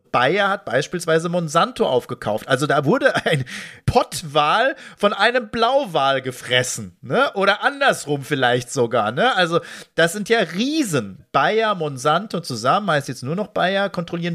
Bayer hat beispielsweise Monsanto aufgekauft. Also da wurde ein Pottwal von einem Blauwal gefressen, ne? Oder andersrum vielleicht sogar, ne? Also das sind ja Riesen. Bayer, Monsanto zusammen, heißt jetzt nur noch Bayer, kontrollieren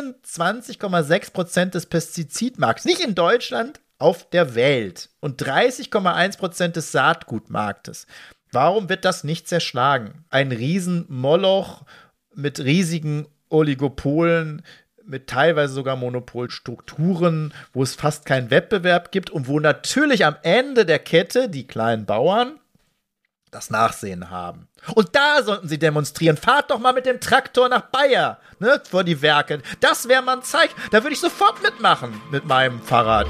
24,6% des Pestizidmarkts. Nicht in Deutschland, auf der Welt. Und 30,1% des Saatgutmarktes. Warum wird das nicht zerschlagen? Ein Riesenmoloch mit riesigen Oligopolen, mit teilweise sogar Monopolstrukturen, wo es fast keinen Wettbewerb gibt und wo natürlich am Ende der Kette die kleinen Bauern das Nachsehen haben. Und da sollten sie demonstrieren. Fahrt doch mal mit dem Traktor nach Bayer, ne, vor die Werke. Das wäre mal ein Zeichen. Da würde ich sofort mitmachen mit meinem Fahrrad.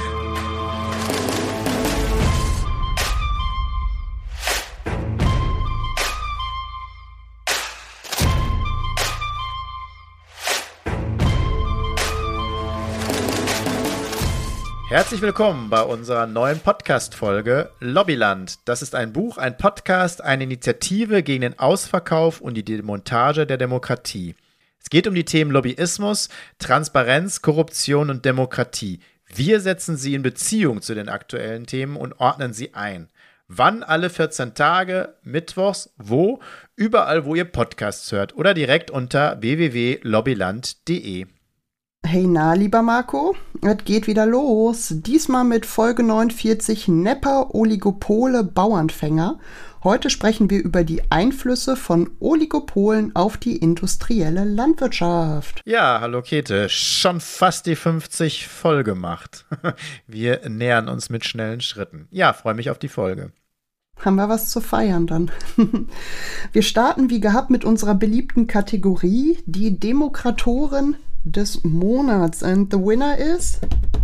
Herzlich willkommen bei unserer neuen Podcast-Folge Lobbyland. Das ist ein Buch, ein Podcast, eine Initiative gegen den Ausverkauf und die Demontage der Demokratie. Es geht um die Themen Lobbyismus, Transparenz, Korruption und Demokratie. Wir setzen sie in Beziehung zu den aktuellen Themen und ordnen sie ein. Wann? Alle 14 Tage, mittwochs, wo? Überall, wo ihr Podcasts hört oder direkt unter www.lobbyland.de. Hey na, lieber Marco, es geht wieder los. Diesmal mit Folge 49 Nepper, Oligopole, Bauernfänger. Heute sprechen wir über die Einflüsse von Oligopolen auf die industrielle Landwirtschaft. Ja, hallo Käthe, schon fast die 50 voll gemacht. Wir nähern uns mit schnellen Schritten. Ja, freue mich auf die Folge. Haben wir was zu feiern dann. Wir starten wie gehabt mit unserer beliebten Kategorie, die Demokratoren des Monats. And the winner is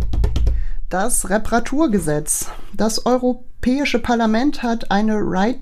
das Reparaturgesetz. Das Europäische Parlament hat eine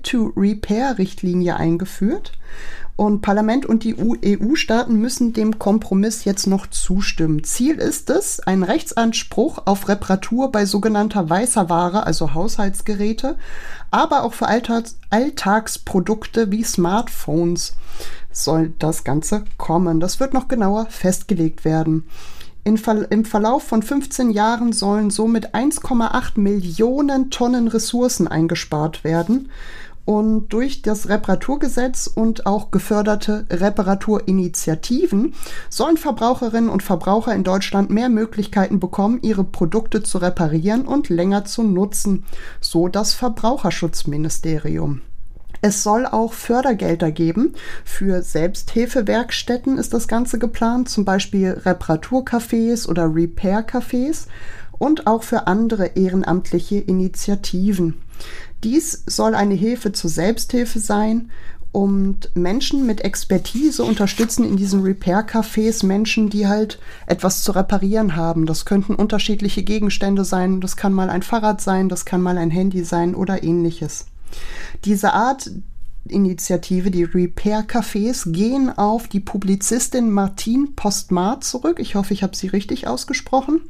Right-to-Repair-Richtlinie eingeführt und Parlament und die EU-Staaten müssen dem Kompromiss jetzt noch zustimmen. Ziel ist es, einen Rechtsanspruch auf Reparatur bei sogenannter weißer Ware, also Haushaltsgeräte, aber auch für Alltagsprodukte wie Smartphones soll das Ganze kommen. Das wird noch genauer festgelegt werden. Im Verlauf von 15 Jahren sollen somit 1,8 Millionen Tonnen Ressourcen eingespart werden. Und durch das Reparaturgesetz und auch geförderte Reparaturinitiativen sollen Verbraucherinnen und Verbraucher in Deutschland mehr Möglichkeiten bekommen, ihre Produkte zu reparieren und länger zu nutzen, so das Verbraucherschutzministerium. Es soll auch Fördergelder geben. Für Selbsthilfewerkstätten ist das Ganze geplant, zum Beispiel Reparaturcafés oder Repair-Cafés und auch für andere ehrenamtliche Initiativen. Dies soll eine Hilfe zur Selbsthilfe sein und Menschen mit Expertise unterstützen in diesen Repair-Cafés, Menschen, die halt etwas zu reparieren haben. Das könnten unterschiedliche Gegenstände sein, das kann mal ein Fahrrad sein, das kann mal ein Handy sein oder ähnliches. Diese Art Initiative, die Repair-Cafés, gehen auf die Publizistin Martine Postma zurück. Ich hoffe, ich habe sie richtig ausgesprochen.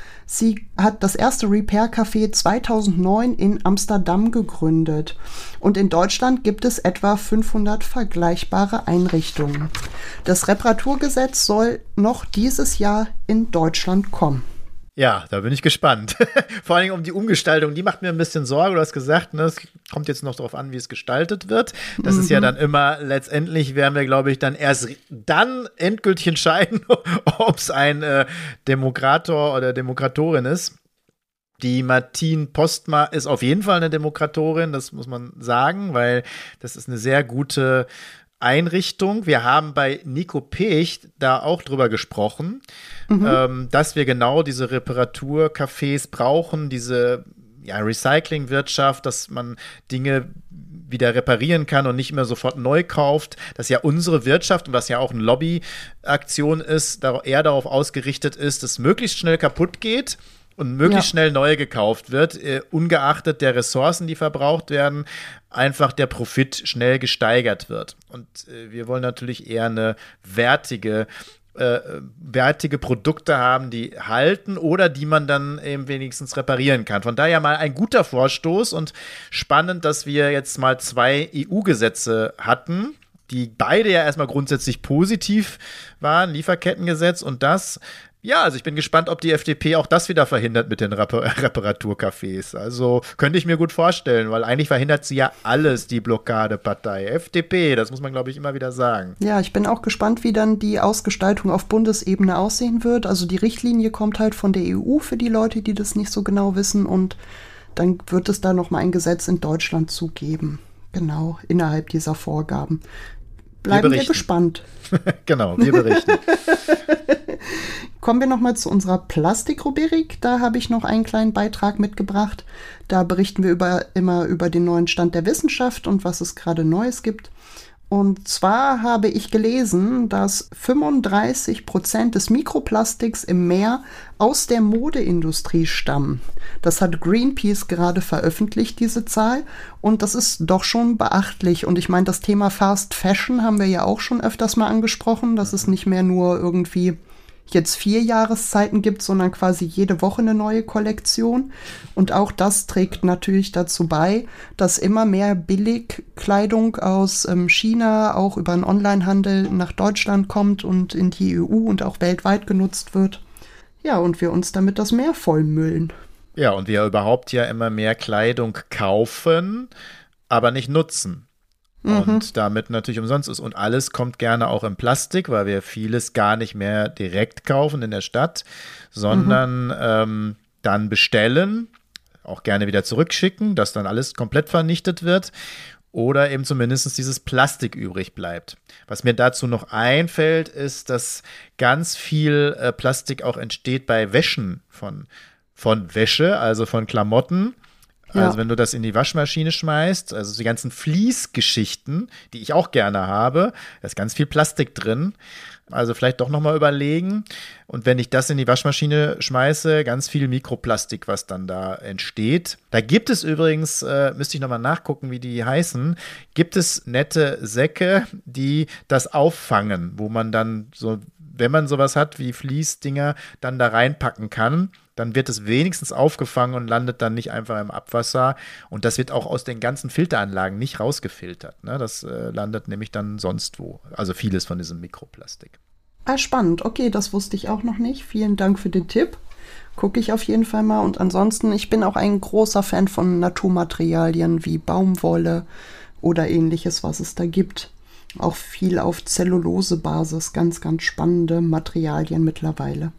Sie hat das erste Repair-Café 2009 in Amsterdam gegründet. Und in Deutschland gibt es etwa 500 vergleichbare Einrichtungen. Das Reparaturgesetz soll noch dieses Jahr in Deutschland kommen. Ja, da bin ich gespannt. Vor allem um die Umgestaltung, die macht mir ein bisschen Sorge. Du hast gesagt, ne, es kommt jetzt noch darauf an, wie es gestaltet wird. Das ist ja dann immer, letztendlich werden wir, glaube ich, dann erst dann endgültig entscheiden, ob es ein Demokrator oder Demokratorin ist. Die Martine Postma ist auf jeden Fall eine Demokratorin, das muss man sagen, weil das ist eine sehr gute Einrichtung. Wir haben bei Nico Pecht da auch drüber gesprochen, dass wir genau diese Reparaturcafés brauchen, diese Recyclingwirtschaft, dass man Dinge wieder reparieren kann und nicht mehr sofort neu kauft, dass ja unsere Wirtschaft und was ja auch eine Lobbyaktion ist, eher darauf ausgerichtet ist, dass möglichst schnell kaputt geht und möglichst schnell neu gekauft wird, ungeachtet der Ressourcen, die verbraucht werden, einfach der Profit schnell gesteigert wird. Und wir wollen natürlich eher eine wertige Produkte haben, die halten oder die man dann eben wenigstens reparieren kann. Von daher mal ein guter Vorstoß und spannend, dass wir jetzt mal 2 EU-Gesetze hatten, die beide ja erstmal grundsätzlich positiv waren, Lieferkettengesetz und das. Ja, also ich bin gespannt, ob die FDP auch das wieder verhindert mit den Reparaturcafés. Also könnte ich mir gut vorstellen, weil eigentlich verhindert sie ja alles, die Blockadepartei. FDP, das muss man, glaube ich, immer wieder sagen. Ja, ich bin auch gespannt, wie dann die Ausgestaltung auf Bundesebene aussehen wird. Also die Richtlinie kommt halt von der EU für die Leute, die das nicht so genau wissen. Und dann wird es da nochmal ein Gesetz in Deutschland zugeben. Genau, innerhalb dieser Vorgaben. Bleiben wir gespannt. Genau, wir berichten. Kommen wir nochmal zu unserer Plastik-Rubrik. Da habe ich noch einen kleinen Beitrag mitgebracht. Da berichten wir immer über den neuen Stand der Wissenschaft und was es gerade Neues gibt. Und zwar habe ich gelesen, dass 35% des Mikroplastiks im Meer aus der Modeindustrie stammen. Das hat Greenpeace gerade veröffentlicht, diese Zahl. Und das ist doch schon beachtlich. Und ich meine, das Thema Fast Fashion haben wir ja auch schon öfters mal angesprochen, dass es nicht mehr nur irgendwie jetzt 4 Jahreszeiten gibt, sondern quasi jede Woche eine neue Kollektion. Und auch das trägt natürlich dazu bei, dass immer mehr Billigkleidung aus China auch über den Onlinehandel nach Deutschland kommt und in die EU und auch weltweit genutzt wird. Ja, und wir uns damit das Meer vollmüllen. Ja, und wir überhaupt ja immer mehr Kleidung kaufen, aber nicht nutzen. Und damit natürlich umsonst ist. Und alles kommt gerne auch in Plastik, weil wir vieles gar nicht mehr direkt kaufen in der Stadt, sondern dann bestellen, auch gerne wieder zurückschicken, dass dann alles komplett vernichtet wird oder eben zumindest dieses Plastik übrig bleibt. Was mir dazu noch einfällt, ist, dass ganz viel Plastik auch entsteht bei Wäschen von Wäsche, also von Klamotten. Ja. Also wenn du das in die Waschmaschine schmeißt, also die ganzen Fließgeschichten, die ich auch gerne habe, da ist ganz viel Plastik drin. Also vielleicht doch nochmal überlegen. Und wenn ich das in die Waschmaschine schmeiße, ganz viel Mikroplastik, was dann da entsteht. Da gibt es übrigens, müsste ich nochmal nachgucken, wie die heißen, gibt es nette Säcke, die das auffangen, wo man dann so, wenn man sowas hat wie Fließdinger, dann da reinpacken kann. Dann wird es wenigstens aufgefangen und landet dann nicht einfach im Abwasser. Und das wird auch aus den ganzen Filteranlagen nicht rausgefiltert. Ne? Das landet nämlich dann sonst wo. Also vieles von diesem Mikroplastik. Ah, spannend. Okay, das wusste ich auch noch nicht. Vielen Dank für den Tipp. Gucke ich auf jeden Fall mal. Und ansonsten, ich bin auch ein großer Fan von Naturmaterialien wie Baumwolle oder ähnliches, was es da gibt. Auch viel auf Zellulosebasis. Ganz, ganz spannende Materialien mittlerweile.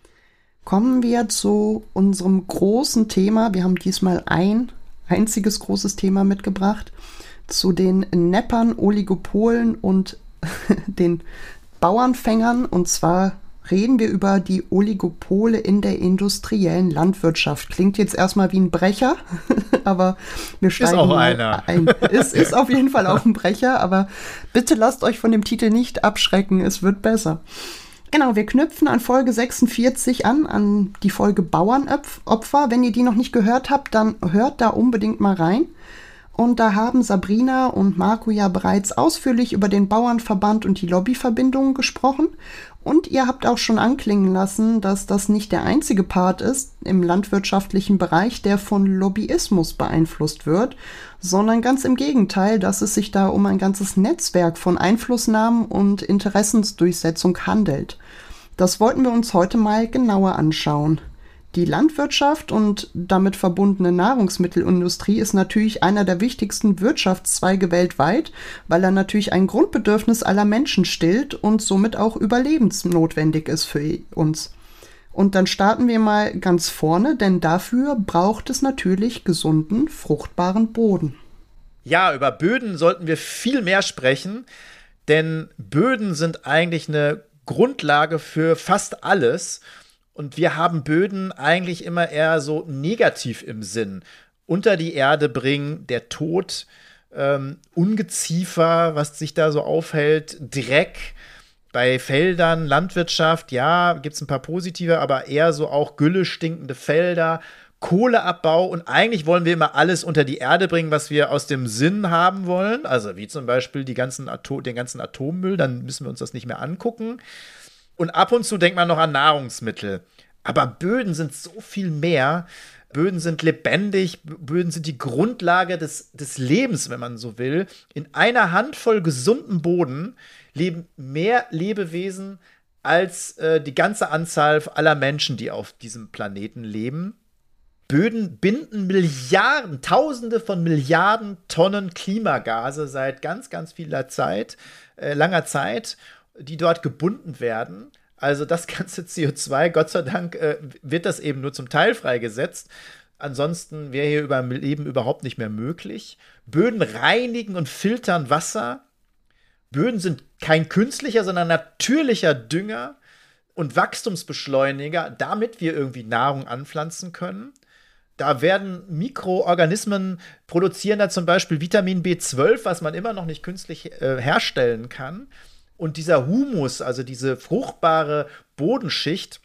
Kommen wir zu unserem großen Thema. Wir haben diesmal ein einziges großes Thema mitgebracht. Zu den Neppern, Oligopolen und den Bauernfängern. Und zwar reden wir über die Oligopole in der industriellen Landwirtschaft. Klingt jetzt erstmal wie ein Brecher, aber wir steigen auch einer. ein. Ist auf jeden Fall auch ein Brecher, aber bitte lasst euch von dem Titel nicht abschrecken. Es wird besser. Genau, wir knüpfen an Folge 46 an die Folge Bauernopfer. Wenn ihr die noch nicht gehört habt, dann hört da unbedingt mal rein. Und da haben Sabrina und Marco ja bereits ausführlich über den Bauernverband und die Lobbyverbindungen gesprochen. Und ihr habt auch schon anklingen lassen, dass das nicht der einzige Part ist im landwirtschaftlichen Bereich, der von Lobbyismus beeinflusst wird, sondern ganz im Gegenteil, dass es sich da um ein ganzes Netzwerk von Einflussnahmen und Interessensdurchsetzung handelt. Das wollten wir uns heute mal genauer anschauen. Die Landwirtschaft und damit verbundene Nahrungsmittelindustrie ist natürlich einer der wichtigsten Wirtschaftszweige weltweit, weil er natürlich ein Grundbedürfnis aller Menschen stillt und somit auch überlebensnotwendig ist für uns. Und dann starten wir mal ganz vorne, denn dafür braucht es natürlich gesunden, fruchtbaren Boden. Ja, über Böden sollten wir viel mehr sprechen, denn Böden sind eigentlich eine Grundlage für fast alles. Und wir haben Böden eigentlich immer eher so negativ im Sinn. Unter die Erde bringen, der Tod, Ungeziefer, was sich da so aufhält, Dreck. Bei Feldern, Landwirtschaft, ja, gibt es ein paar positive, aber eher so auch Gülle, stinkende Felder, Kohleabbau. Und eigentlich wollen wir immer alles unter die Erde bringen, was wir aus dem Sinn haben wollen. Also wie zum Beispiel den ganzen Atommüll, dann müssen wir uns das nicht mehr angucken. Und ab und zu denkt man noch an Nahrungsmittel. Aber Böden sind so viel mehr. Böden sind lebendig, Böden sind die Grundlage des Lebens, wenn man so will. In einer Handvoll gesunden Boden leben mehr Lebewesen als die ganze Anzahl aller Menschen, die auf diesem Planeten leben. Böden binden Milliarden, Tausende von Milliarden Tonnen Klimagase seit ganz, ganz vieler Zeit, langer Zeit, die dort gebunden werden. Also das ganze CO2, Gott sei Dank, wird das eben nur zum Teil freigesetzt. Ansonsten wäre hier Leben überhaupt nicht mehr möglich. Böden reinigen und filtern Wasser. Böden sind kein künstlicher, sondern natürlicher Dünger und Wachstumsbeschleuniger, damit wir irgendwie Nahrung anpflanzen können. Da werden Mikroorganismen produzieren da zum Beispiel Vitamin B12, was man immer noch nicht künstlich herstellen kann. Und dieser Humus, also diese fruchtbare Bodenschicht,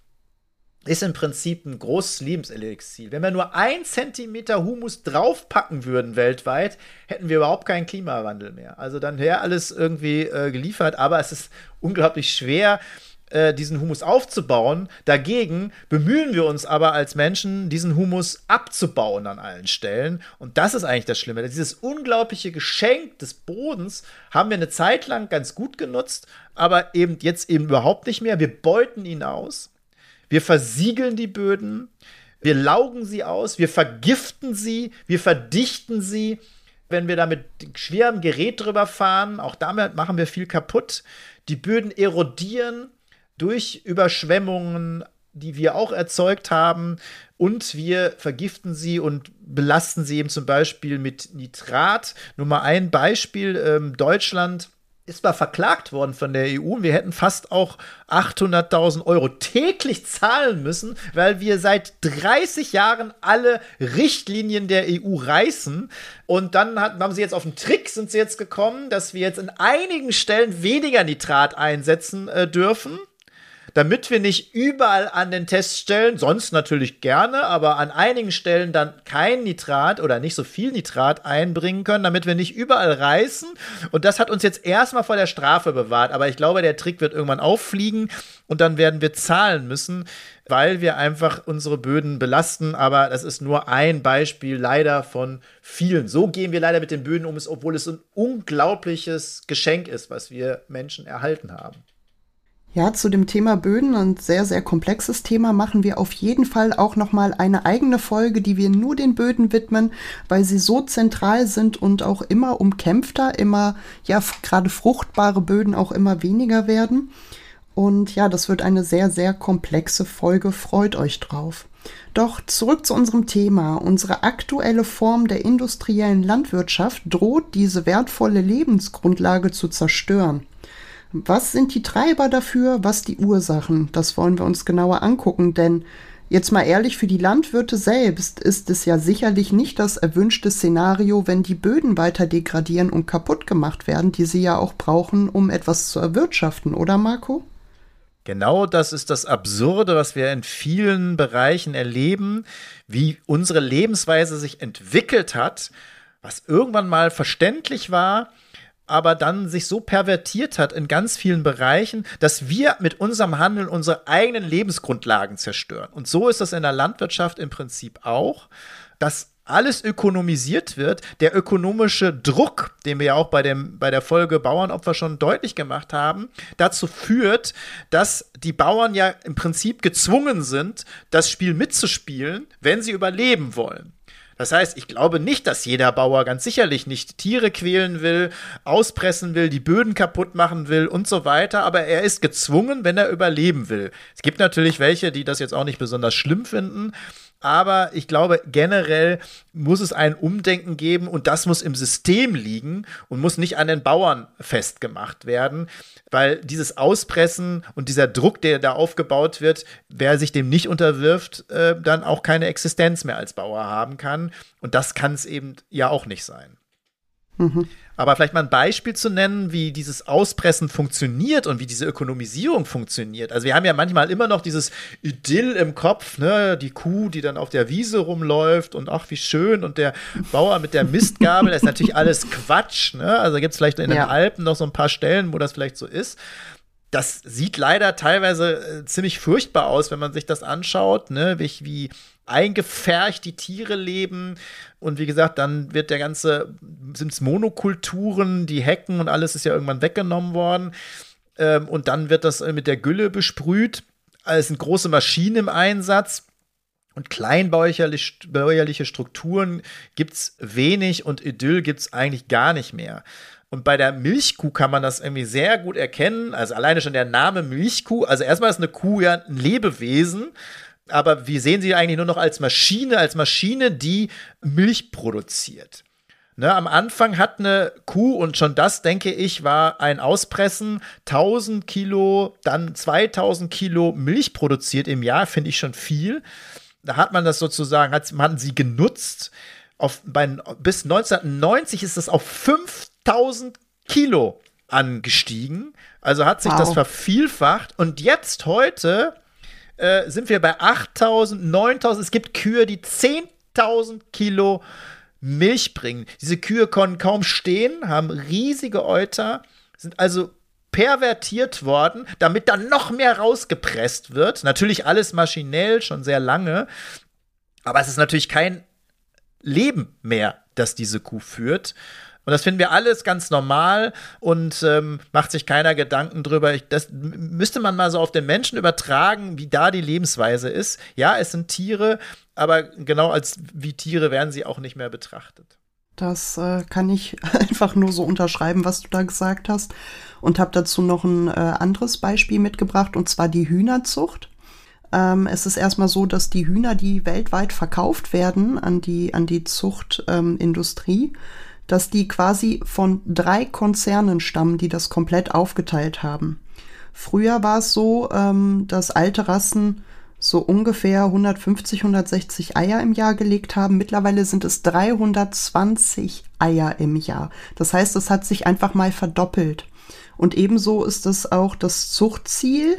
ist im Prinzip ein großes Lebenselixier. Wenn wir nur 1 Zentimeter Humus draufpacken würden weltweit, hätten wir überhaupt keinen Klimawandel mehr. Also dann wäre alles irgendwie geliefert, aber es ist unglaublich schwer, diesen Humus aufzubauen. Dagegen bemühen wir uns aber als Menschen, diesen Humus abzubauen an allen Stellen. Und das ist eigentlich das Schlimme. Dieses unglaubliche Geschenk des Bodens haben wir eine Zeit lang ganz gut genutzt, aber eben jetzt eben überhaupt nicht mehr. Wir beuten ihn aus. Wir versiegeln die Böden. Wir laugen sie aus. Wir vergiften sie. Wir verdichten sie. Wenn wir da mit schwerem Gerät drüber fahren, auch damit machen wir viel kaputt. Die Böden erodieren durch Überschwemmungen, die wir auch erzeugt haben, und wir vergiften sie und belasten sie eben zum Beispiel mit Nitrat. Nur mal ein Beispiel, Deutschland ist mal verklagt worden von der EU und wir hätten fast auch 800.000 Euro täglich zahlen müssen, weil wir seit 30 Jahren alle Richtlinien der EU reißen. Und dann haben sie jetzt auf den Trick, sind sie jetzt gekommen, dass wir jetzt in einigen Stellen weniger Nitrat einsetzen dürfen, damit wir nicht überall an den Teststellen, sonst natürlich gerne, aber an einigen Stellen dann kein Nitrat oder nicht so viel Nitrat einbringen können, damit wir nicht überall reißen. Und das hat uns jetzt erstmal vor der Strafe bewahrt. Aber ich glaube, der Trick wird irgendwann auffliegen und dann werden wir zahlen müssen, weil wir einfach unsere Böden belasten. Aber das ist nur ein Beispiel leider von vielen. So gehen wir leider mit den Böden um, obwohl es ein unglaubliches Geschenk ist, was wir Menschen erhalten haben. Ja, zu dem Thema Böden, ein sehr, sehr komplexes Thema, machen wir auf jeden Fall auch nochmal eine eigene Folge, die wir nur den Böden widmen, weil sie so zentral sind und auch immer umkämpfter, immer, ja, gerade fruchtbare Böden auch immer weniger werden. Und ja, das wird eine sehr, sehr komplexe Folge, freut euch drauf. Doch zurück zu unserem Thema. Unsere aktuelle Form der industriellen Landwirtschaft droht, diese wertvolle Lebensgrundlage zu zerstören. Was sind die Treiber dafür, was die Ursachen? Das wollen wir uns genauer angucken, denn jetzt mal ehrlich, für die Landwirte selbst ist es ja sicherlich nicht das erwünschte Szenario, wenn die Böden weiter degradieren und kaputt gemacht werden, die sie ja auch brauchen, um etwas zu erwirtschaften, oder Marco? Genau das ist das Absurde, was wir in vielen Bereichen erleben, wie unsere Lebensweise sich entwickelt hat, was irgendwann mal verständlich war, aber dann sich so pervertiert hat in ganz vielen Bereichen, dass wir mit unserem Handeln unsere eigenen Lebensgrundlagen zerstören. Und so ist das in der Landwirtschaft im Prinzip auch, dass alles ökonomisiert wird. Der ökonomische Druck, den wir ja auch bei der Folge Bauernopfer schon deutlich gemacht haben, dazu führt, dass die Bauern ja im Prinzip gezwungen sind, das Spiel mitzuspielen, wenn sie überleben wollen. Das heißt, ich glaube nicht, dass jeder Bauer ganz sicherlich nicht Tiere quälen will, auspressen will, die Böden kaputt machen will und so weiter, aber er ist gezwungen, wenn er überleben will. Es gibt natürlich welche, die das jetzt auch nicht besonders schlimm finden, aber ich glaube, generell muss es ein Umdenken geben und das muss im System liegen und muss nicht an den Bauern festgemacht werden, weil dieses Auspressen und dieser Druck, der da aufgebaut wird, wer sich dem nicht unterwirft, dann auch keine Existenz mehr als Bauer haben kann. Und das kann es eben ja auch nicht sein. Mhm. Aber vielleicht mal ein Beispiel zu nennen, wie dieses Auspressen funktioniert und wie diese Ökonomisierung funktioniert. Also wir haben ja manchmal immer noch dieses Idyll im Kopf, ne? Die Kuh, die dann auf der Wiese rumläuft und ach, wie schön. Und der Bauer mit der Mistgabel, das ist natürlich alles Quatsch. Ne? Also gibt es vielleicht in den Alpen noch so ein paar Stellen, wo das vielleicht so ist. das sieht leider teilweise ziemlich furchtbar aus, wenn man sich das anschaut, ne? Wie eingepfercht die Tiere leben. Und wie gesagt, dann sind es Monokulturen, die Hecken und alles ist ja irgendwann weggenommen worden. Und dann wird das mit der Gülle besprüht. Es sind große Maschinen im Einsatz. Und kleinbäuerliche Strukturen gibt es wenig und Idyll gibt es eigentlich gar nicht mehr. Und bei der Milchkuh kann man das irgendwie sehr gut erkennen. Also alleine schon der Name Milchkuh. Also erstmal ist eine Kuh ja ein Lebewesen. Aber wir sehen sie eigentlich nur noch als Maschine, die Milch produziert. Ne, am Anfang hat eine Kuh, und schon das, denke ich, war ein Auspressen, 1000 Kilo, dann 2000 Kilo Milch produziert im Jahr, finde ich schon viel. Da hat man das sozusagen, man sie genutzt. Bis 1990 ist es auf 5000 Kilo angestiegen. Also hat sich das vervielfacht. Und jetzt, heute, sind wir bei 8000, 9000. Es gibt Kühe, die 10.000 Kilo Milch bringen. Diese Kühe können kaum stehen, haben riesige Euter, sind also pervertiert worden, damit dann noch mehr rausgepresst wird. Natürlich alles maschinell, schon sehr lange. Aber es ist natürlich kein Leben mehr, das diese Kuh führt. Und das finden wir alles ganz normal und macht sich keiner Gedanken drüber. Das müsste man mal so auf den Menschen übertragen, wie da die Lebensweise ist. Ja, es sind Tiere, aber genau als wie Tiere werden sie auch nicht mehr betrachtet. Das kann ich einfach nur so unterschreiben, was du da gesagt hast. Und habe dazu noch ein anderes Beispiel mitgebracht, und zwar die Hühnerzucht. Es ist erstmal so, dass die Hühner, die weltweit verkauft werden an die Zuchtindustrie, dass die quasi von 3 Konzernen stammen, die das komplett aufgeteilt haben. Früher war es so, dass alte Rassen so ungefähr 150, 160 Eier im Jahr gelegt haben. Mittlerweile sind es 320 Eier im Jahr. Das heißt, es hat sich einfach mal verdoppelt. Und ebenso ist es auch das Zuchtziel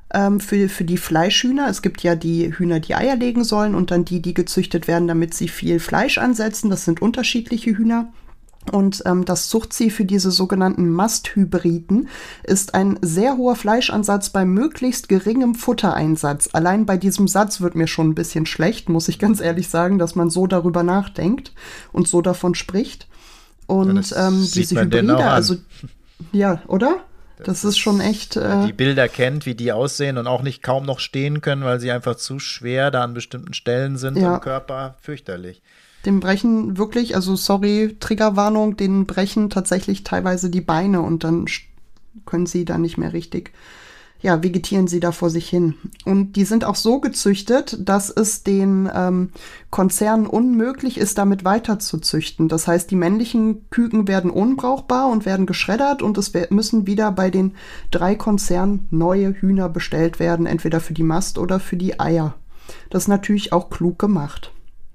für die Fleischhühner. Es gibt ja die Hühner, die Eier legen sollen, und dann die gezüchtet werden, damit sie viel Fleisch ansetzen. Das sind unterschiedliche Hühner. Und das Zuchtziel für diese sogenannten Masthybriden ist ein sehr hoher Fleischansatz bei möglichst geringem Futtereinsatz. Allein bei diesem Satz wird mir schon ein bisschen schlecht, muss ich ganz ehrlich sagen, dass man so darüber nachdenkt und so davon spricht. Und diese Hybride, also ja, oder? Das ist schon echt. Die Bilder kennt, wie die aussehen und auch nicht kaum noch stehen können, weil sie einfach zu schwer da an bestimmten Stellen sind im Körper. Fürchterlich. Dem brechen wirklich, also sorry, Triggerwarnung, denen brechen tatsächlich teilweise die Beine und dann können sie da nicht mehr richtig, vegetieren sie da vor sich hin. Und die sind auch so gezüchtet, dass es den Konzernen unmöglich ist, damit weiter zu züchten. Das heißt, die männlichen Küken werden unbrauchbar und werden geschreddert, und es müssen wieder bei den 3 Konzernen neue Hühner bestellt werden, entweder für die Mast oder für die Eier. Das ist natürlich auch klug gemacht.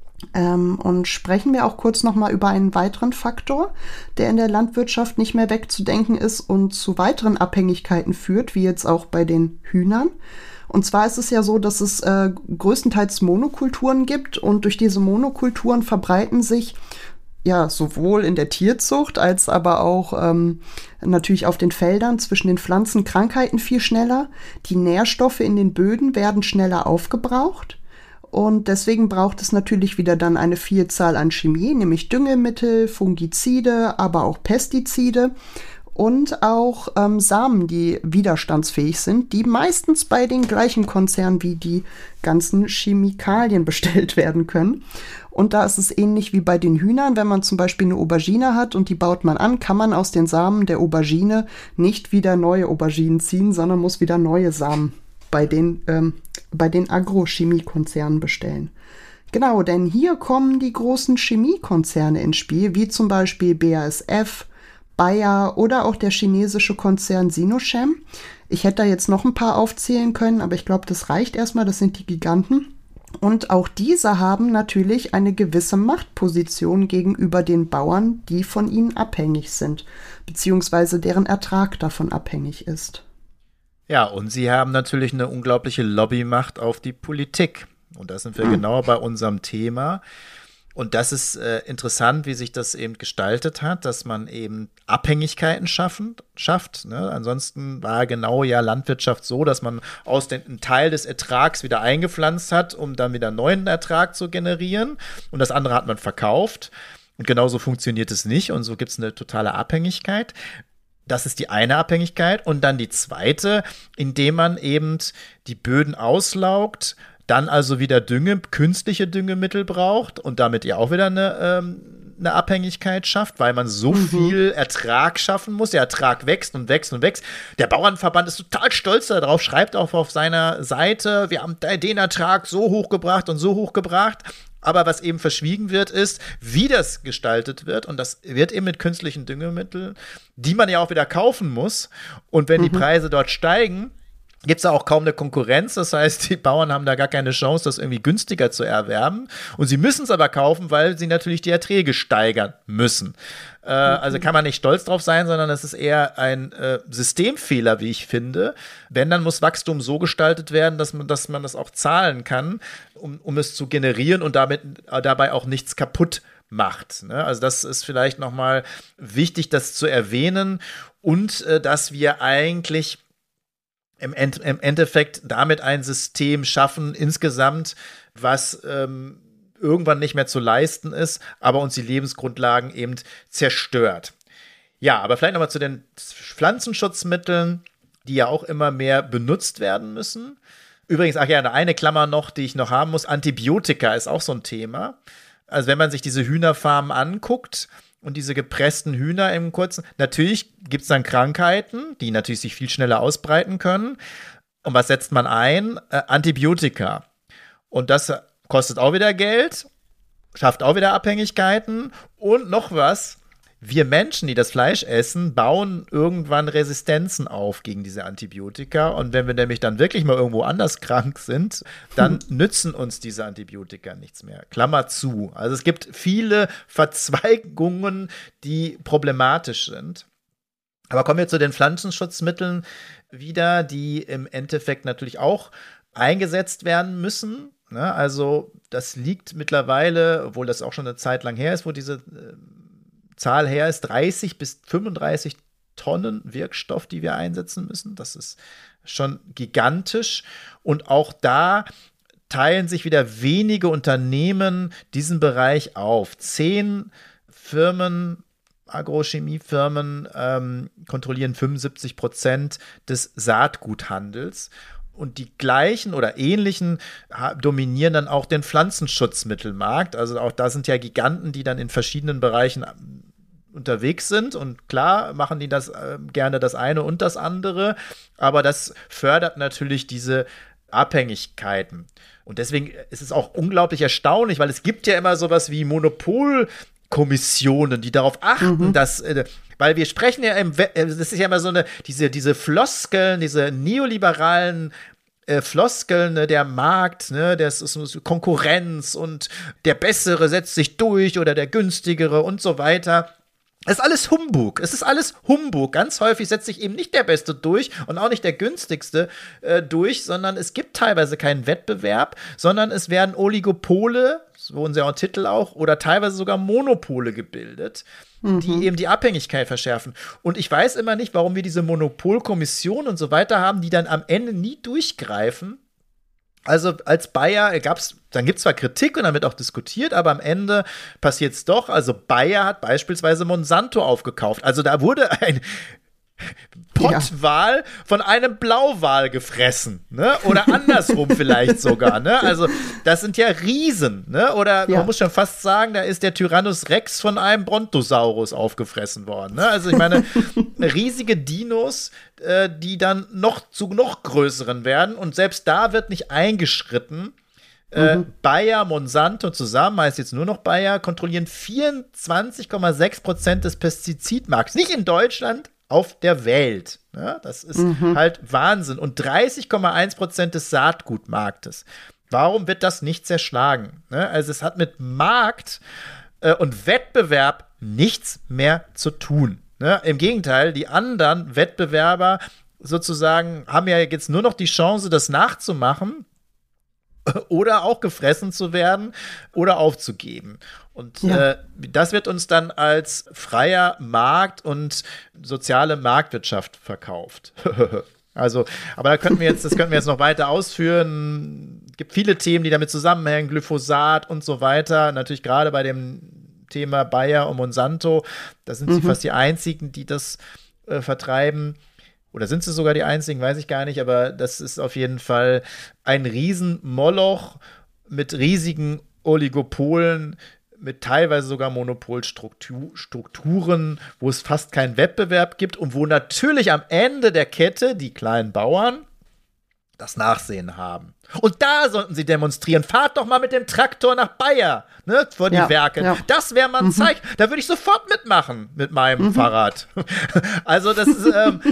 Und sprechen wir auch kurz nochmal über einen weiteren Faktor, der in der Landwirtschaft nicht mehr wegzudenken ist und zu weiteren Abhängigkeiten führt, wie jetzt auch bei den Hühnern. Und zwar ist es ja so, dass es größtenteils Monokulturen gibt, und durch diese Monokulturen verbreiten sich sowohl in der Tierzucht als aber auch natürlich auf den Feldern zwischen den Pflanzen Krankheiten viel schneller. Die Nährstoffe in den Böden werden schneller aufgebraucht. Und deswegen braucht es natürlich wieder dann eine Vielzahl an Chemie, nämlich Düngemittel, Fungizide, aber auch Pestizide und auch Samen, die widerstandsfähig sind, die meistens bei den gleichen Konzernen wie die ganzen Chemikalien bestellt werden können. Und da ist es ähnlich wie bei den Hühnern. Wenn man zum Beispiel eine Aubergine hat und die baut man an, kann man aus den Samen der Aubergine nicht wieder neue Auberginen ziehen, sondern muss wieder neue Samen bei den Agrochemiekonzernen bestellen. Genau, denn hier kommen die großen Chemiekonzerne ins Spiel, wie zum Beispiel BASF, Bayer oder auch der chinesische Konzern Sinochem. Ich hätte da jetzt noch ein paar aufzählen können, aber ich glaube, das reicht erstmal, das sind die Giganten. Und auch diese haben natürlich eine gewisse Machtposition gegenüber den Bauern, die von ihnen abhängig sind, beziehungsweise deren Ertrag davon abhängig ist. Ja, und sie haben natürlich eine unglaubliche Lobbymacht auf die Politik. Und da sind wir genau bei unserem Thema. Und das ist interessant, wie sich das eben gestaltet hat, dass man eben Abhängigkeiten schafft. Ne? Ansonsten war genau ja Landwirtschaft so, dass man einen Teil des Ertrags wieder eingepflanzt hat, um dann wieder neuen Ertrag zu generieren. Und das andere hat man verkauft. Und genauso funktioniert es nicht. Und so gibt es eine totale Abhängigkeit. Das ist die eine Abhängigkeit. Und dann die zweite, indem man eben die Böden auslaugt, dann also wieder künstliche Düngemittel braucht und damit ja auch wieder eine Abhängigkeit schafft, weil man so viel Ertrag schaffen muss. Der Ertrag wächst und wächst und wächst. Der Bauernverband ist total stolz darauf, schreibt auch auf seiner Seite, wir haben den Ertrag so hochgebracht und so hochgebracht. Aber was eben verschwiegen wird, ist, wie das gestaltet wird. Und das wird eben mit künstlichen Düngemitteln, die man ja auch wieder kaufen muss. Und wenn die Preise dort steigen, gibt es da auch kaum eine Konkurrenz. Das heißt, die Bauern haben da gar keine Chance, das irgendwie günstiger zu erwerben. Und sie müssen es aber kaufen, weil sie natürlich die Erträge steigern müssen. Also kann man nicht stolz drauf sein, sondern es ist eher ein Systemfehler, wie ich finde. Wenn, dann muss Wachstum so gestaltet werden, dass man das auch zahlen kann, um es zu generieren und dabei auch nichts kaputt macht. Ne? Also das ist vielleicht nochmal wichtig, das zu erwähnen. Und dass wir eigentlich im Endeffekt damit ein System schaffen, insgesamt, was irgendwann nicht mehr zu leisten ist, aber uns die Lebensgrundlagen eben zerstört. Ja, aber vielleicht nochmal zu den Pflanzenschutzmitteln, die ja auch immer mehr benutzt werden müssen. Übrigens, eine Klammer noch, die ich noch haben muss, Antibiotika ist auch so ein Thema. Also wenn man sich diese Hühnerfarmen anguckt, und diese gepressten Hühner im Kurzen, natürlich gibt es dann Krankheiten, die natürlich sich viel schneller ausbreiten können. Und was setzt man ein? Antibiotika. Und das kostet auch wieder Geld, schafft auch wieder Abhängigkeiten. Und noch was, wir Menschen, die das Fleisch essen, bauen irgendwann Resistenzen auf gegen diese Antibiotika. Und wenn wir nämlich dann wirklich mal irgendwo anders krank sind, dann nützen uns diese Antibiotika nichts mehr. Klammer zu. Also es gibt viele Verzweigungen, die problematisch sind. Aber kommen wir zu den Pflanzenschutzmitteln wieder, die im Endeffekt natürlich auch eingesetzt werden müssen. Ne? Also das liegt mittlerweile, obwohl das auch schon eine Zeit lang her ist, wo diese Zahl her ist, 30 bis 35 Tonnen Wirkstoff, die wir einsetzen müssen. Das ist schon gigantisch. Und auch da teilen sich wieder wenige Unternehmen diesen Bereich auf. 10 Firmen, Agrochemiefirmen, kontrollieren 75% des Saatguthandels. Und die gleichen oder ähnlichen dominieren dann auch den Pflanzenschutzmittelmarkt. Also auch da sind ja Giganten, die dann in verschiedenen Bereichen unterwegs sind. Und klar machen die das gerne das eine und das andere. Aber das fördert natürlich diese Abhängigkeiten. Und deswegen ist es auch unglaublich erstaunlich, weil es gibt ja immer sowas wie Monopolkommissionen, die darauf achten, dass weil wir sprechen ja das ist ja immer so diese Floskeln, diese neoliberalen Floskeln, ne, der Markt, ne, das ist Konkurrenz und der Bessere setzt sich durch oder der Günstigere und so weiter. Es ist alles Humbug. Es ist alles Humbug. Ganz häufig setzt sich eben nicht der Beste durch und auch nicht der Günstigste durch, sondern es gibt teilweise keinen Wettbewerb, sondern es werden Oligopole, so unser Titel auch, oder teilweise sogar Monopole gebildet, die eben die Abhängigkeit verschärfen. Und ich weiß immer nicht, warum wir diese Monopolkommission und so weiter haben, die dann am Ende nie durchgreifen. Also als Bayer dann gibt es zwar Kritik und dann wird auch diskutiert, aber am Ende passiert es doch. Also Bayer hat beispielsweise Monsanto aufgekauft. Also da wurde ein Pottwal von einem Blauwal gefressen, ne? Oder andersrum vielleicht sogar, ne? Also das sind ja Riesen, ne? Oder man muss schon fast sagen, da ist der Tyrannus Rex von einem Brontosaurus aufgefressen worden, ne? Also ich meine, riesige Dinos, die dann zu noch größeren werden und selbst da wird nicht eingeschritten. Bayer, Monsanto zusammen, heißt jetzt nur noch Bayer, kontrollieren 24,6% des Pestizidmarkts. Nicht in Deutschland, auf der Welt. Ja, das ist halt Wahnsinn. Und 30,1% des Saatgutmarktes. Warum wird das nicht zerschlagen? Ne? Also es hat mit Markt und Wettbewerb nichts mehr zu tun. Ne? Im Gegenteil, die anderen Wettbewerber sozusagen haben ja jetzt nur noch die Chance, das nachzumachen. oder auch gefressen zu werden oder aufzugeben. Und das wird uns dann als freier Markt und soziale Marktwirtschaft verkauft. Also, aber das könnten wir jetzt noch weiter ausführen. Es gibt viele Themen, die damit zusammenhängen, Glyphosat und so weiter. Natürlich gerade bei dem Thema Bayer und Monsanto, da sind sie fast die einzigen, die das vertreiben. Oder sind sie sogar die einzigen, weiß ich gar nicht, aber das ist auf jeden Fall ein Riesenmoloch mit riesigen Oligopolen, mit teilweise sogar Monopolstrukturen, wo es fast keinen Wettbewerb gibt und wo natürlich am Ende der Kette die kleinen Bauern das Nachsehen haben. Und da sollten sie demonstrieren. Fahrt doch mal mit dem Traktor nach Bayer, ne, vor die Werke. Ja. Das wäre mal ein Zeichen. Da würde ich sofort mitmachen mit meinem Fahrrad. Also das ist,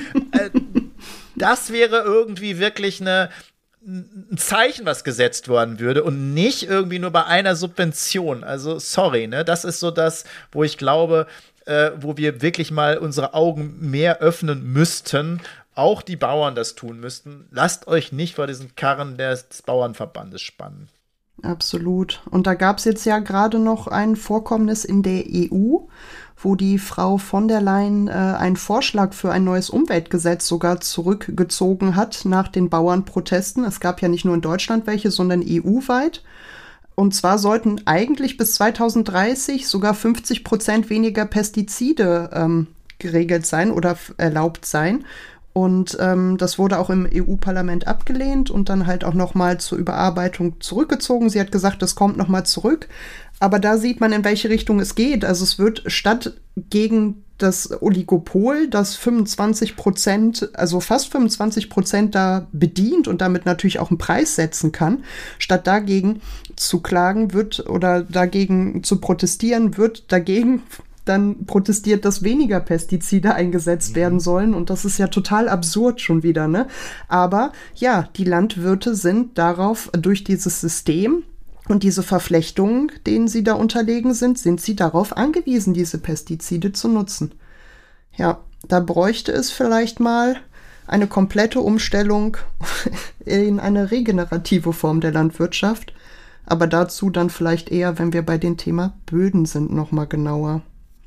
das wäre irgendwie wirklich ein Zeichen, was gesetzt worden würde und nicht irgendwie nur bei einer Subvention. Also sorry, ne, das ist so das, wo ich glaube, wo wir wirklich mal unsere Augen mehr öffnen müssten. Auch die Bauern das tun müssten. Lasst euch nicht vor diesen Karren des Bauernverbandes spannen. Absolut. Und da gab es jetzt ja gerade noch ein Vorkommnis in der EU, wo die Frau von der Leyen einen Vorschlag für ein neues Umweltgesetz sogar zurückgezogen hat nach den Bauernprotesten. Es gab ja nicht nur in Deutschland welche, sondern EU-weit. Und zwar sollten eigentlich bis 2030 sogar 50% weniger Pestizide geregelt sein oder erlaubt sein. Und das wurde auch im EU-Parlament abgelehnt und dann halt auch nochmal zur Überarbeitung zurückgezogen. Sie hat gesagt, das kommt nochmal zurück. Aber da sieht man, in welche Richtung es geht. Also es wird statt gegen das Oligopol, das 25%, also fast 25% da bedient und damit natürlich auch einen Preis setzen kann, statt dagegen zu klagen wird oder dagegen zu protestieren, wird dagegen dann protestiert, dass weniger Pestizide eingesetzt werden sollen. Und das ist ja total absurd schon wieder, ne? Aber ja, die Landwirte sind darauf, durch dieses System und diese Verflechtungen, denen sie da unterlegen sind sie darauf angewiesen, diese Pestizide zu nutzen. Ja, da bräuchte es vielleicht mal eine komplette Umstellung in eine regenerative Form der Landwirtschaft. Aber dazu dann vielleicht eher, wenn wir bei dem Thema Böden sind, nochmal genauer.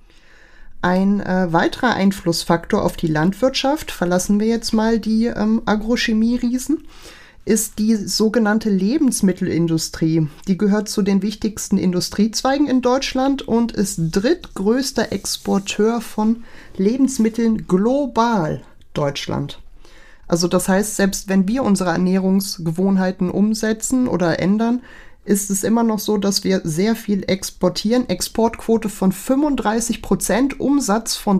Ein weiterer Einflussfaktor auf die Landwirtschaft, verlassen wir jetzt mal die Agrochemie-Riesen, ist die sogenannte Lebensmittelindustrie. Die gehört zu den wichtigsten Industriezweigen in Deutschland und ist drittgrößter Exporteur von Lebensmitteln global, Deutschland. Also das heißt, selbst wenn wir unsere Ernährungsgewohnheiten umsetzen oder ändern, ist es immer noch so, dass wir sehr viel exportieren. Exportquote von 35%, Umsatz von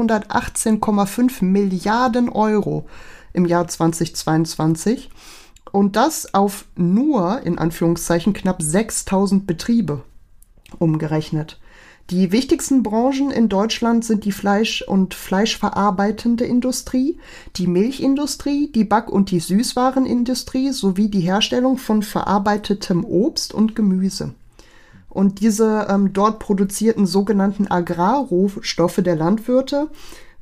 218,5 Milliarden Euro im Jahr 2022. Und das auf nur, in Anführungszeichen, knapp 6.000 Betriebe umgerechnet. Die wichtigsten Branchen in Deutschland sind die Fleisch- und fleischverarbeitende Industrie, die Milchindustrie, die Back- und die Süßwarenindustrie sowie die Herstellung von verarbeitetem Obst und Gemüse. Und diese dort produzierten sogenannten Agrarrohstoffe der Landwirte,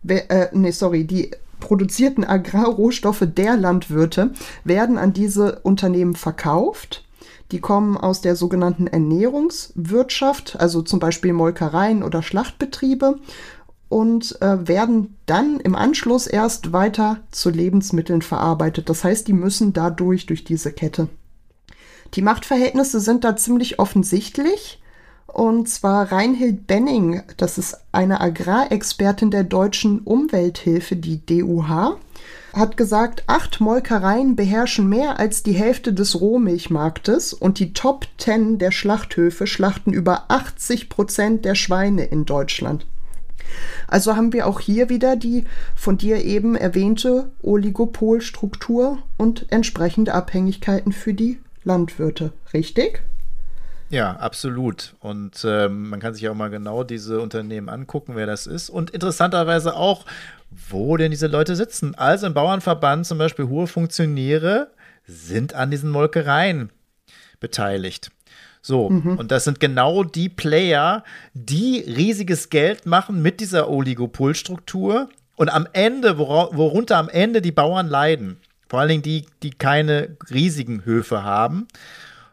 die produzierten Agrarrohstoffe der Landwirte werden an diese Unternehmen verkauft. Die kommen aus der sogenannten Ernährungswirtschaft, also zum Beispiel Molkereien oder Schlachtbetriebe und werden dann im Anschluss erst weiter zu Lebensmitteln verarbeitet. Das heißt, die müssen durch diese Kette. Die Machtverhältnisse sind da ziemlich offensichtlich. Und zwar Reinhild Benning, das ist eine Agrarexpertin der Deutschen Umwelthilfe, die DUH, hat gesagt, 8 Molkereien beherrschen mehr als die Hälfte des Rohmilchmarktes und die Top 10 der Schlachthöfe schlachten über 80% der Schweine in Deutschland. Also haben wir auch hier wieder die von dir eben erwähnte Oligopolstruktur und entsprechende Abhängigkeiten für die Landwirte, richtig? Ja, absolut. Und man kann sich auch mal genau diese Unternehmen angucken, wer das ist. Und interessanterweise auch, wo denn diese Leute sitzen. Also im Bauernverband zum Beispiel hohe Funktionäre sind an diesen Molkereien beteiligt. So, und das sind genau die Player, die riesiges Geld machen mit dieser Oligopolstruktur und am Ende, worunter am Ende die Bauern leiden. Vor allen Dingen die keine riesigen Höfe haben.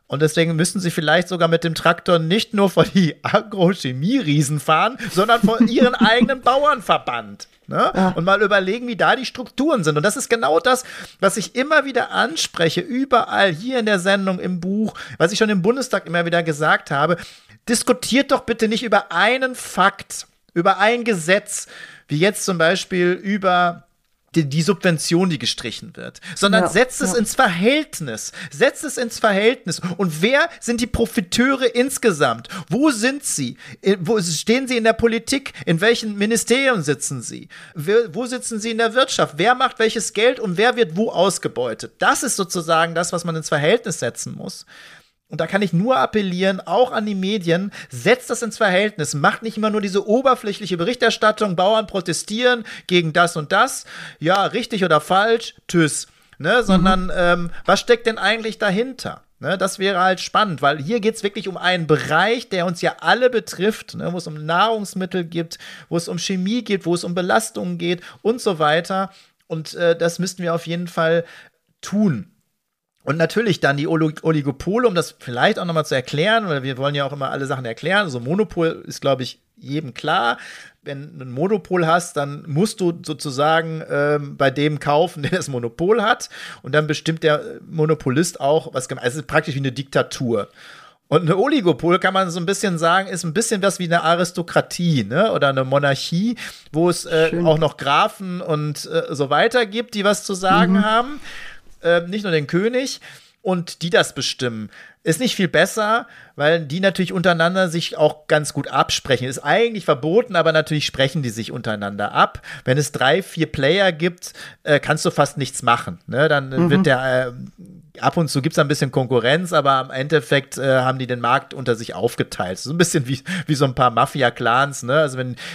Und deswegen müssen sie vielleicht sogar mit dem Traktor nicht nur vor die Agrochemie-Riesen fahren, sondern vor ihren eigenen Bauernverband. Ne? Ja. Und mal überlegen, wie da die Strukturen sind. Und das ist genau das, was ich immer wieder anspreche, überall hier in der Sendung, im Buch, was ich schon im Bundestag immer wieder gesagt habe. Diskutiert doch bitte nicht über einen Fakt, über ein Gesetz, wie jetzt zum Beispiel über die Subvention, die gestrichen wird, sondern setzt es ins Verhältnis. Setzt es ins Verhältnis. Und wer sind die Profiteure insgesamt? Wo sind sie? Wo stehen sie in der Politik? In welchen Ministerien sitzen sie? Wo sitzen sie in der Wirtschaft? Wer macht welches Geld und wer wird wo ausgebeutet? Das ist sozusagen das, was man ins Verhältnis setzen muss. Und da kann ich nur appellieren, auch an die Medien, setzt das ins Verhältnis. Macht nicht immer nur diese oberflächliche Berichterstattung, Bauern protestieren gegen das und das. Ja, richtig oder falsch, tschüss. Ne? Sondern was steckt denn eigentlich dahinter? Ne? Das wäre halt spannend, weil hier geht es wirklich um einen Bereich, der uns ja alle betrifft, ne? Wo es um Nahrungsmittel geht, wo es um Chemie geht, wo es um Belastungen geht und so weiter. Und das müssten wir auf jeden Fall tun. Und natürlich dann die Oligopole, um das vielleicht auch nochmal zu erklären, weil wir wollen ja auch immer alle Sachen erklären. So ein Monopol ist, glaube ich, jedem klar. Wenn du ein Monopol hast, dann musst du sozusagen bei dem kaufen, der das Monopol hat. Und dann bestimmt der Monopolist auch, was gemacht. Also es ist praktisch wie eine Diktatur. Und eine Oligopol, kann man so ein bisschen sagen, ist ein bisschen was wie eine Aristokratie, ne? Oder eine Monarchie, wo es auch noch Grafen und so weiter gibt, die was zu sagen haben. Nicht nur den König, und die das bestimmen. Ist nicht viel besser, weil die natürlich untereinander sich auch ganz gut absprechen. Ist eigentlich verboten, aber natürlich sprechen die sich untereinander ab. Wenn es 3, 4 Player gibt, kannst du fast nichts machen. Ne? Dann wird der ab und zu gibt es ein bisschen Konkurrenz, aber im Endeffekt haben die den Markt unter sich aufgeteilt. So ein bisschen wie so ein paar Mafia-Clans. Ne? Also wenn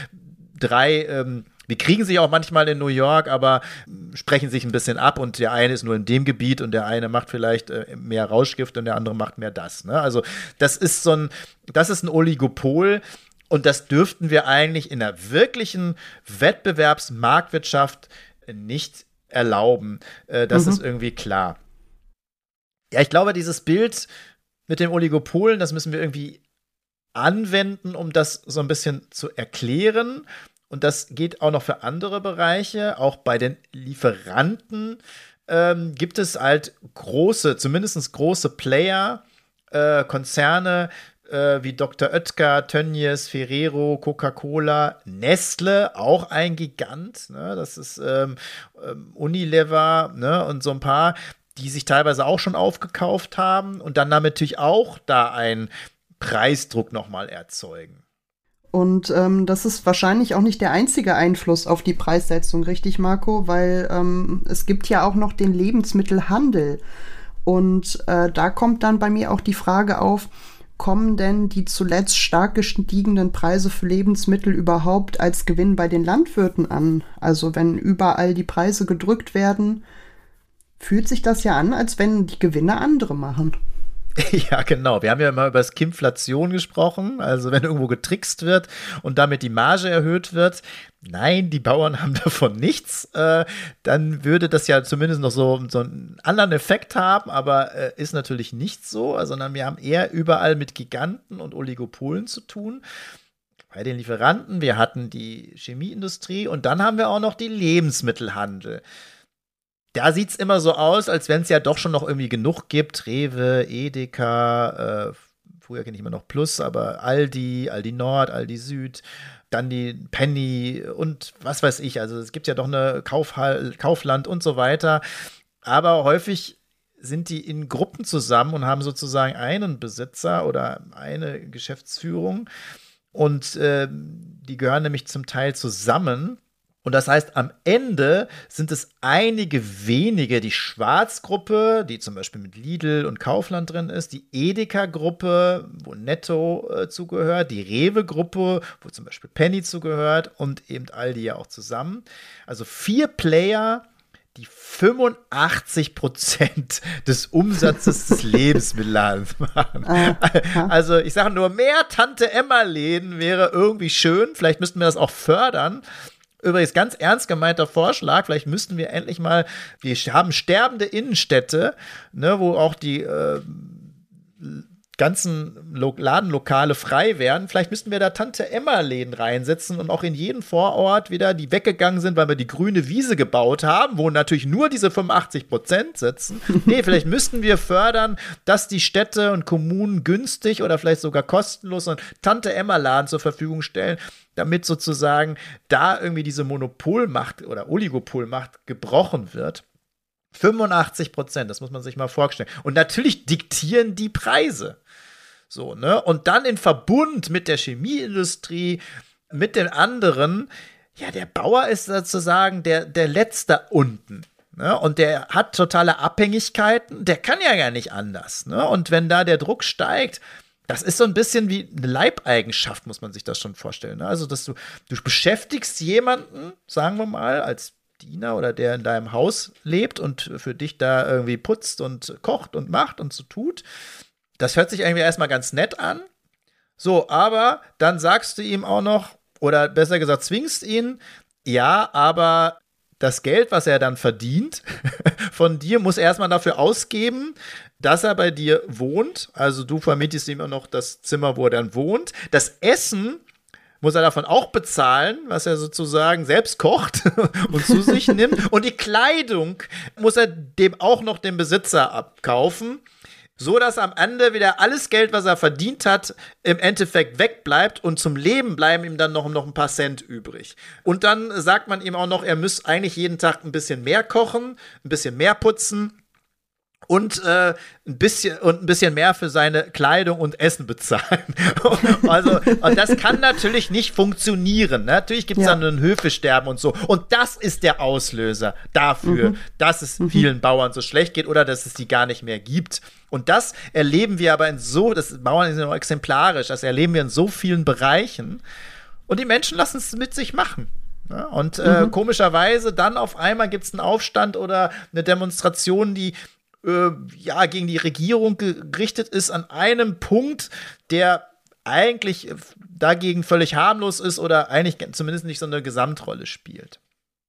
3 die kriegen sich auch manchmal in New York, aber sprechen sich ein bisschen ab und der eine ist nur in dem Gebiet und der eine macht vielleicht mehr Rauschgift und der andere macht mehr das. Ne? Also das ist ein Oligopol und das dürften wir eigentlich in der wirklichen Wettbewerbsmarktwirtschaft nicht erlauben. Das ist irgendwie klar. Ja, ich glaube, dieses Bild mit den Oligopolen, das müssen wir irgendwie anwenden, um das so ein bisschen zu erklären. Und das geht auch noch für andere Bereiche. Auch bei den Lieferanten gibt es halt zumindest große Player, Konzerne wie Dr. Oetker, Tönnies, Ferrero, Coca-Cola, Nestle, auch ein Gigant. Ne? Das ist Unilever, ne? Und so ein paar, die sich teilweise auch schon aufgekauft haben und dann damit natürlich auch da einen Preisdruck nochmal erzeugen. Und das ist wahrscheinlich auch nicht der einzige Einfluss auf die Preissetzung, richtig, Marco? Weil es gibt ja auch noch den Lebensmittelhandel. Und da kommt dann bei mir auch die Frage auf, kommen denn die zuletzt stark gestiegenen Preise für Lebensmittel überhaupt als Gewinn bei den Landwirten an? Also wenn überall die Preise gedrückt werden, fühlt sich das ja an, als wenn die Gewinne andere machen. Ja, genau. Wir haben ja immer über das Kimflation gesprochen, also wenn irgendwo getrickst wird und damit die Marge erhöht wird. Nein, die Bauern haben davon nichts. Dann würde das ja zumindest noch so einen anderen Effekt haben, aber ist natürlich nicht so, sondern wir haben eher überall mit Giganten und Oligopolen zu tun. Bei den Lieferanten, wir hatten die Chemieindustrie und dann haben wir auch noch die Lebensmittelhandel. Da sieht es immer so aus, als wenn es ja doch schon noch irgendwie genug gibt. Rewe, Edeka, früher kenne ich immer noch Plus, aber Aldi Nord, Aldi Süd, dann die Penny und was weiß ich. Also es gibt ja doch eine Kaufland und so weiter. Aber häufig sind die in Gruppen zusammen und haben sozusagen einen Besitzer oder eine Geschäftsführung. Und die gehören nämlich zum Teil zusammen. Und das heißt, am Ende sind es einige wenige, die Schwarzgruppe, die zum Beispiel mit Lidl und Kaufland drin ist, die Edeka-Gruppe, wo Netto zugehört, die Rewe-Gruppe, wo zum Beispiel Penny zugehört und eben Aldi ja auch zusammen. Also 4 Player, die 85% des Umsatzes des Lebensmittelhandels machen. Also ich sage nur, mehr Tante-Emma-Läden wäre irgendwie schön. Vielleicht müssten wir das auch fördern. Übrigens, ganz ernst gemeinter Vorschlag, vielleicht müssten wir endlich mal, wir haben sterbende Innenstädte, ne, wo auch die ganzen Ladenlokale frei wären. Vielleicht müssten wir da Tante-Emma-Läden reinsetzen und auch in jeden Vorort wieder, die weggegangen sind, weil wir die grüne Wiese gebaut haben, wo natürlich nur diese 85% sitzen. Nee, vielleicht müssten wir fördern, dass die Städte und Kommunen günstig oder vielleicht sogar kostenlos einen Tante-Emma-Laden zur Verfügung stellen, damit sozusagen da irgendwie diese Monopolmacht oder Oligopolmacht gebrochen wird. 85%, das muss man sich mal vorstellen. Und natürlich diktieren die Preise. So, ne? Und dann in Verbund mit der Chemieindustrie, mit den anderen, ja, der Bauer ist sozusagen der Letzte unten. Ne? Und der hat totale Abhängigkeiten, der kann ja gar nicht anders. Ne? Und wenn da der Druck steigt, das ist so ein bisschen wie eine Leibeigenschaft, muss man sich das schon vorstellen. Ne? Also, dass du beschäftigst jemanden, sagen wir mal, als Diener oder der in deinem Haus lebt und für dich da irgendwie putzt und kocht und macht und so tut. Das hört sich irgendwie erstmal ganz nett an. So, aber dann sagst du ihm auch noch, oder besser gesagt zwingst ihn, ja, aber das Geld, was er dann verdient von dir, muss er erstmal dafür ausgeben, dass er bei dir wohnt. Also du vermietest ihm auch noch das Zimmer, wo er dann wohnt. Das Essen muss er davon auch bezahlen, was er sozusagen selbst kocht und zu sich nimmt. Und die Kleidung muss er dem auch noch dem Besitzer abkaufen, so dass am Ende wieder alles Geld, was er verdient hat, im Endeffekt wegbleibt und zum Leben bleiben ihm dann noch ein paar Cent übrig. Und dann sagt man ihm auch noch, er müsse eigentlich jeden Tag ein bisschen mehr kochen, ein bisschen mehr putzen und ein bisschen mehr für seine Kleidung und Essen bezahlen. Und das kann natürlich nicht funktionieren. Ne? Natürlich gibt es dann ein Höfesterben und so. Und das ist der Auslöser dafür, dass es vielen Bauern so schlecht geht oder dass es die gar nicht mehr gibt. Und das erleben wir aber Bauern sind noch exemplarisch, das erleben wir in so vielen Bereichen. Und die Menschen lassen es mit sich machen. Ja? Und komischerweise dann auf einmal gibt es einen Aufstand oder eine Demonstration, die gegen die Regierung gerichtet ist an einem Punkt, der eigentlich dagegen völlig harmlos ist oder eigentlich zumindest nicht so eine Gesamtrolle spielt.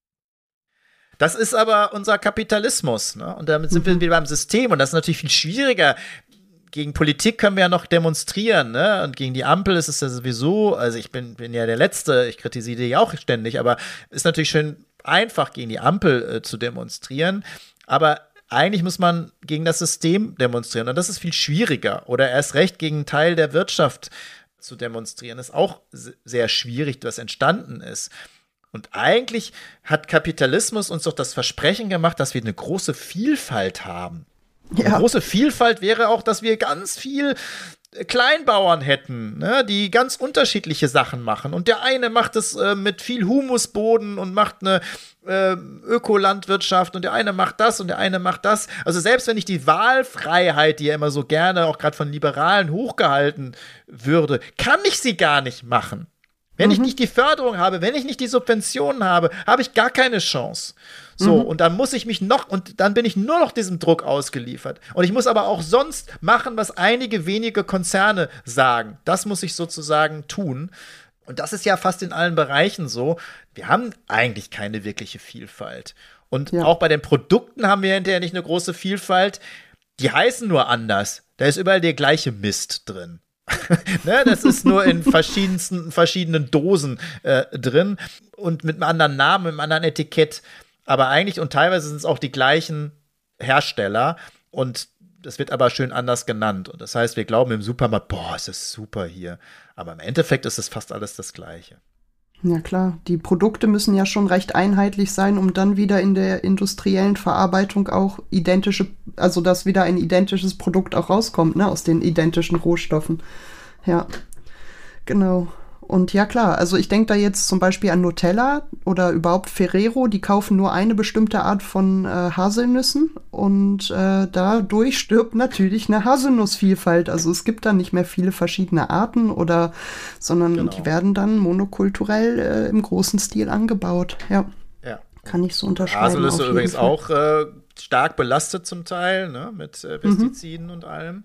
Das ist aber unser Kapitalismus, ne? Und damit sind wir wieder beim System und das ist natürlich viel schwieriger. Gegen Politik können wir ja noch demonstrieren, ne? Und gegen die Ampel ist es ja sowieso, also ich bin ja der Letzte, ich kritisiere die ja auch ständig, aber ist natürlich schön einfach, gegen die Ampel zu demonstrieren, aber eigentlich muss man gegen das System demonstrieren und das ist viel schwieriger. Oder erst recht gegen einen Teil der Wirtschaft zu demonstrieren, ist auch sehr schwierig, was entstanden ist. Und eigentlich hat Kapitalismus uns doch das Versprechen gemacht, dass wir eine große Vielfalt haben. Ja. Eine große Vielfalt wäre auch, dass wir ganz viel Kleinbauern hätten, ne, die ganz unterschiedliche Sachen machen. Und der eine macht es mit viel Humusboden und macht eine Ökolandwirtschaft und der eine macht das und der eine macht das. Also selbst wenn ich die Wahlfreiheit, die ja immer so gerne auch gerade von Liberalen hochgehalten würde, kann ich sie gar nicht machen. Wenn ich nicht die Förderung habe, wenn ich nicht die Subventionen habe, habe ich gar keine Chance. So, und dann muss ich dann bin ich nur noch diesem Druck ausgeliefert. Und ich muss aber auch sonst machen, was einige wenige Konzerne sagen. Das muss ich sozusagen tun. Und das ist ja fast in allen Bereichen so. Wir haben eigentlich keine wirkliche Vielfalt. Und auch bei den Produkten haben wir hinterher nicht eine große Vielfalt. Die heißen nur anders. Da ist überall der gleiche Mist drin. Ne, das ist nur in verschiedenen Dosen drin und mit einem anderen Namen, mit einem anderen Etikett. Aber eigentlich, und teilweise sind es auch die gleichen Hersteller und das wird aber schön anders genannt. Und das heißt, wir glauben im Supermarkt, boah, es ist super hier. Aber im Endeffekt ist es fast alles das Gleiche. Ja klar, die Produkte müssen ja schon recht einheitlich sein, um dann wieder in der industriellen Verarbeitung auch also dass wieder ein identisches Produkt auch rauskommt, ne, aus den identischen Rohstoffen. Ja, genau. Und ja klar, also ich denke da jetzt zum Beispiel an Nutella oder überhaupt Ferrero, die kaufen nur eine bestimmte Art von Haselnüssen und dadurch stirbt natürlich eine Haselnussvielfalt. Also es gibt dann nicht mehr viele verschiedene Arten sondern die werden dann monokulturell im großen Stil angebaut. Ja. Kann ich so unterschreiben. Haselnüsse übrigens auch stark belastet zum Teil, ne, mit Pestiziden und allem.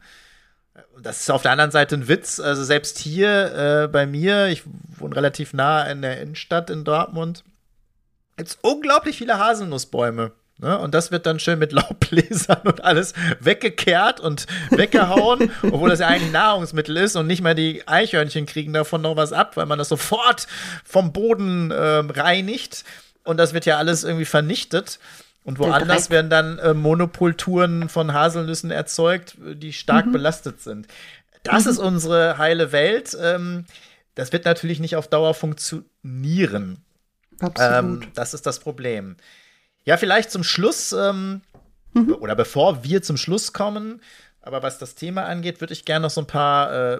Das ist auf der anderen Seite ein Witz. Also selbst hier bei mir, ich wohne relativ nah in der Innenstadt in Dortmund, gibt es unglaublich viele Haselnussbäume. Ne? Und das wird dann schön mit Laubbläsern und alles weggekehrt und weggehauen, obwohl das ja eigentlich Nahrungsmittel ist und nicht mal die Eichhörnchen kriegen davon noch was ab, weil man das sofort vom Boden reinigt. Und das wird ja alles irgendwie vernichtet. Und woanders werden dann Monokulturen von Haselnüssen erzeugt, die stark belastet sind. Das ist unsere heile Welt. Das wird natürlich nicht auf Dauer funktionieren. Absolut. Das ist das Problem. Ja, vielleicht zum Schluss, oder bevor wir zum Schluss kommen, aber was das Thema angeht, würde ich gerne noch so ein paar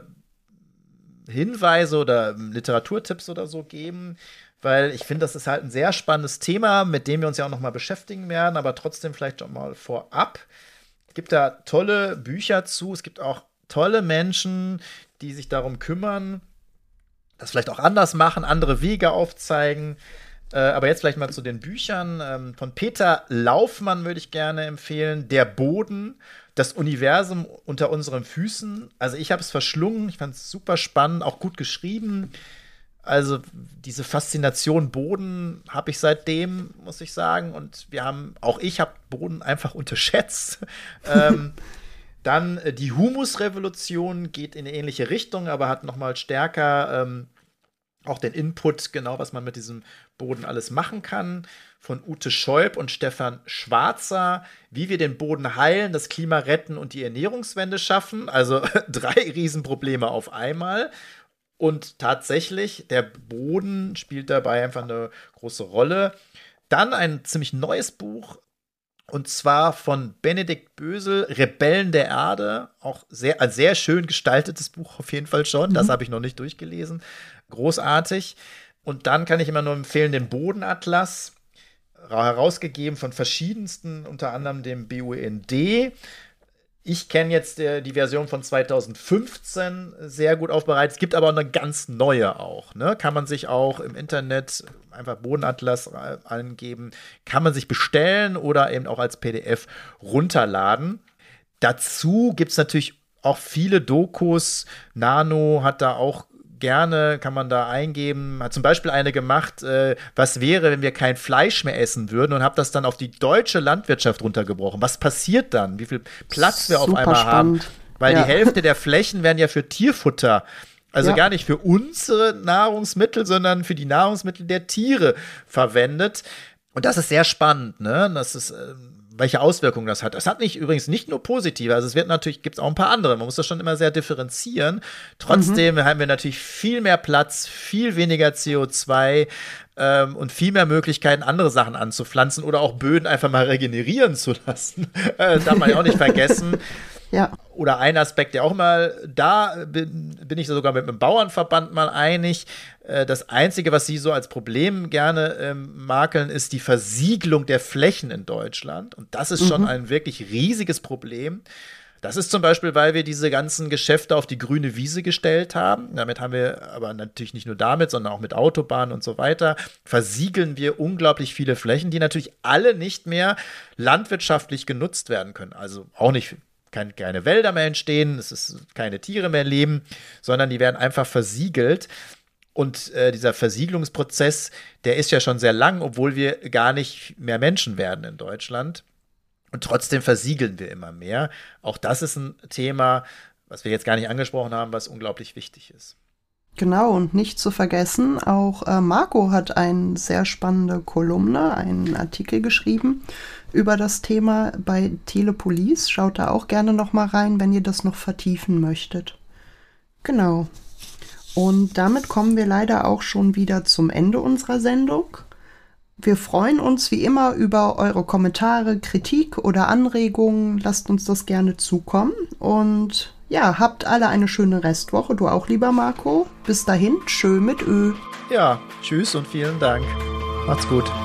Hinweise oder Literaturtipps oder so geben, weil ich finde, das ist halt ein sehr spannendes Thema, mit dem wir uns ja auch noch mal beschäftigen werden, aber trotzdem vielleicht schon mal vorab. Es gibt da tolle Bücher zu, es gibt auch tolle Menschen, die sich darum kümmern, das vielleicht auch anders machen, andere Wege aufzeigen. Aber jetzt vielleicht mal zu den Büchern. Von Peter Laufmann würde ich gerne empfehlen. Der Boden, das Universum unter unseren Füßen. Also ich habe es verschlungen. Ich fand es super spannend, auch gut geschrieben. Also diese Faszination Boden habe ich seitdem, muss ich sagen. Und ich habe Boden einfach unterschätzt. Dann die Humusrevolution geht in eine ähnliche Richtung, aber hat noch mal stärker auch den Input, genau, was man mit diesem Boden alles machen kann. Von Ute Scheub und Stefan Schwarzer, wie wir den Boden heilen, das Klima retten und die Ernährungswende schaffen. Also 3 Riesenprobleme auf einmal. Und tatsächlich, der Boden spielt dabei einfach eine große Rolle. Dann ein ziemlich neues Buch, und zwar von Benedikt Bösel, Rebellen der Erde. Auch ein sehr schön gestaltetes Buch auf jeden Fall schon. Das habe ich noch nicht durchgelesen. Großartig. Und dann kann ich immer nur empfehlen, den Bodenatlas, herausgegeben von verschiedensten, unter anderem dem BUND. Ich kenne jetzt die Version von 2015 sehr gut aufbereitet. Es gibt aber auch eine ganz neue auch. Ne? Kann man sich auch im Internet einfach Bodenatlas angeben. Kann man sich bestellen oder eben auch als PDF runterladen. Dazu gibt es natürlich auch viele Dokus. Nano hat da auch gerne, kann man da eingeben, hat zum Beispiel eine gemacht, was wäre, wenn wir kein Fleisch mehr essen würden, und habe das dann auf die deutsche Landwirtschaft runtergebrochen. Was passiert dann? Wie viel Platz wir auf einmal haben? Weil die Hälfte der Flächen werden ja für Tierfutter, also gar nicht für unsere Nahrungsmittel, sondern für die Nahrungsmittel der Tiere verwendet. Und das ist sehr spannend, ne? Das ist welche Auswirkungen das hat. Das hat übrigens nicht nur positive, also es gibt es auch ein paar andere. Man muss das schon immer sehr differenzieren. Trotzdem haben wir natürlich viel mehr Platz, viel weniger CO2 und viel mehr Möglichkeiten, andere Sachen anzupflanzen oder auch Böden einfach mal regenerieren zu lassen. Darf man ja auch nicht vergessen. Ja. Oder ein Aspekt, der auch mal, da bin ich sogar mit dem Bauernverband mal einig. Das Einzige, was sie so als Problem gerne makeln, ist die Versiegelung der Flächen in Deutschland. Und das ist schon ein wirklich riesiges Problem. Das ist zum Beispiel, weil wir diese ganzen Geschäfte auf die grüne Wiese gestellt haben. Damit haben wir aber natürlich nicht nur damit, sondern auch mit Autobahnen und so weiter, versiegeln wir unglaublich viele Flächen, die natürlich alle nicht mehr landwirtschaftlich genutzt werden können. Also auch nicht keine Wälder mehr entstehen, es ist keine Tiere mehr leben, sondern die werden einfach versiegelt. Und dieser Versiegelungsprozess, der ist ja schon sehr lang, obwohl wir gar nicht mehr Menschen werden in Deutschland. Und trotzdem versiegeln wir immer mehr. Auch das ist ein Thema, was wir jetzt gar nicht angesprochen haben, was unglaublich wichtig ist. Genau, und nicht zu vergessen, auch Marco hat eine sehr spannende Kolumne, einen Artikel geschrieben über das Thema bei Telepolis. Schaut da auch gerne noch mal rein, wenn ihr das noch vertiefen möchtet. Genau. Und damit kommen wir leider auch schon wieder zum Ende unserer Sendung. Wir freuen uns wie immer über eure Kommentare, Kritik oder Anregungen. Lasst uns das gerne zukommen. Und ja, habt alle eine schöne Restwoche. Du auch, lieber Marco. Bis dahin, tschö mit Ö. Ja, tschüss und vielen Dank. Macht's gut.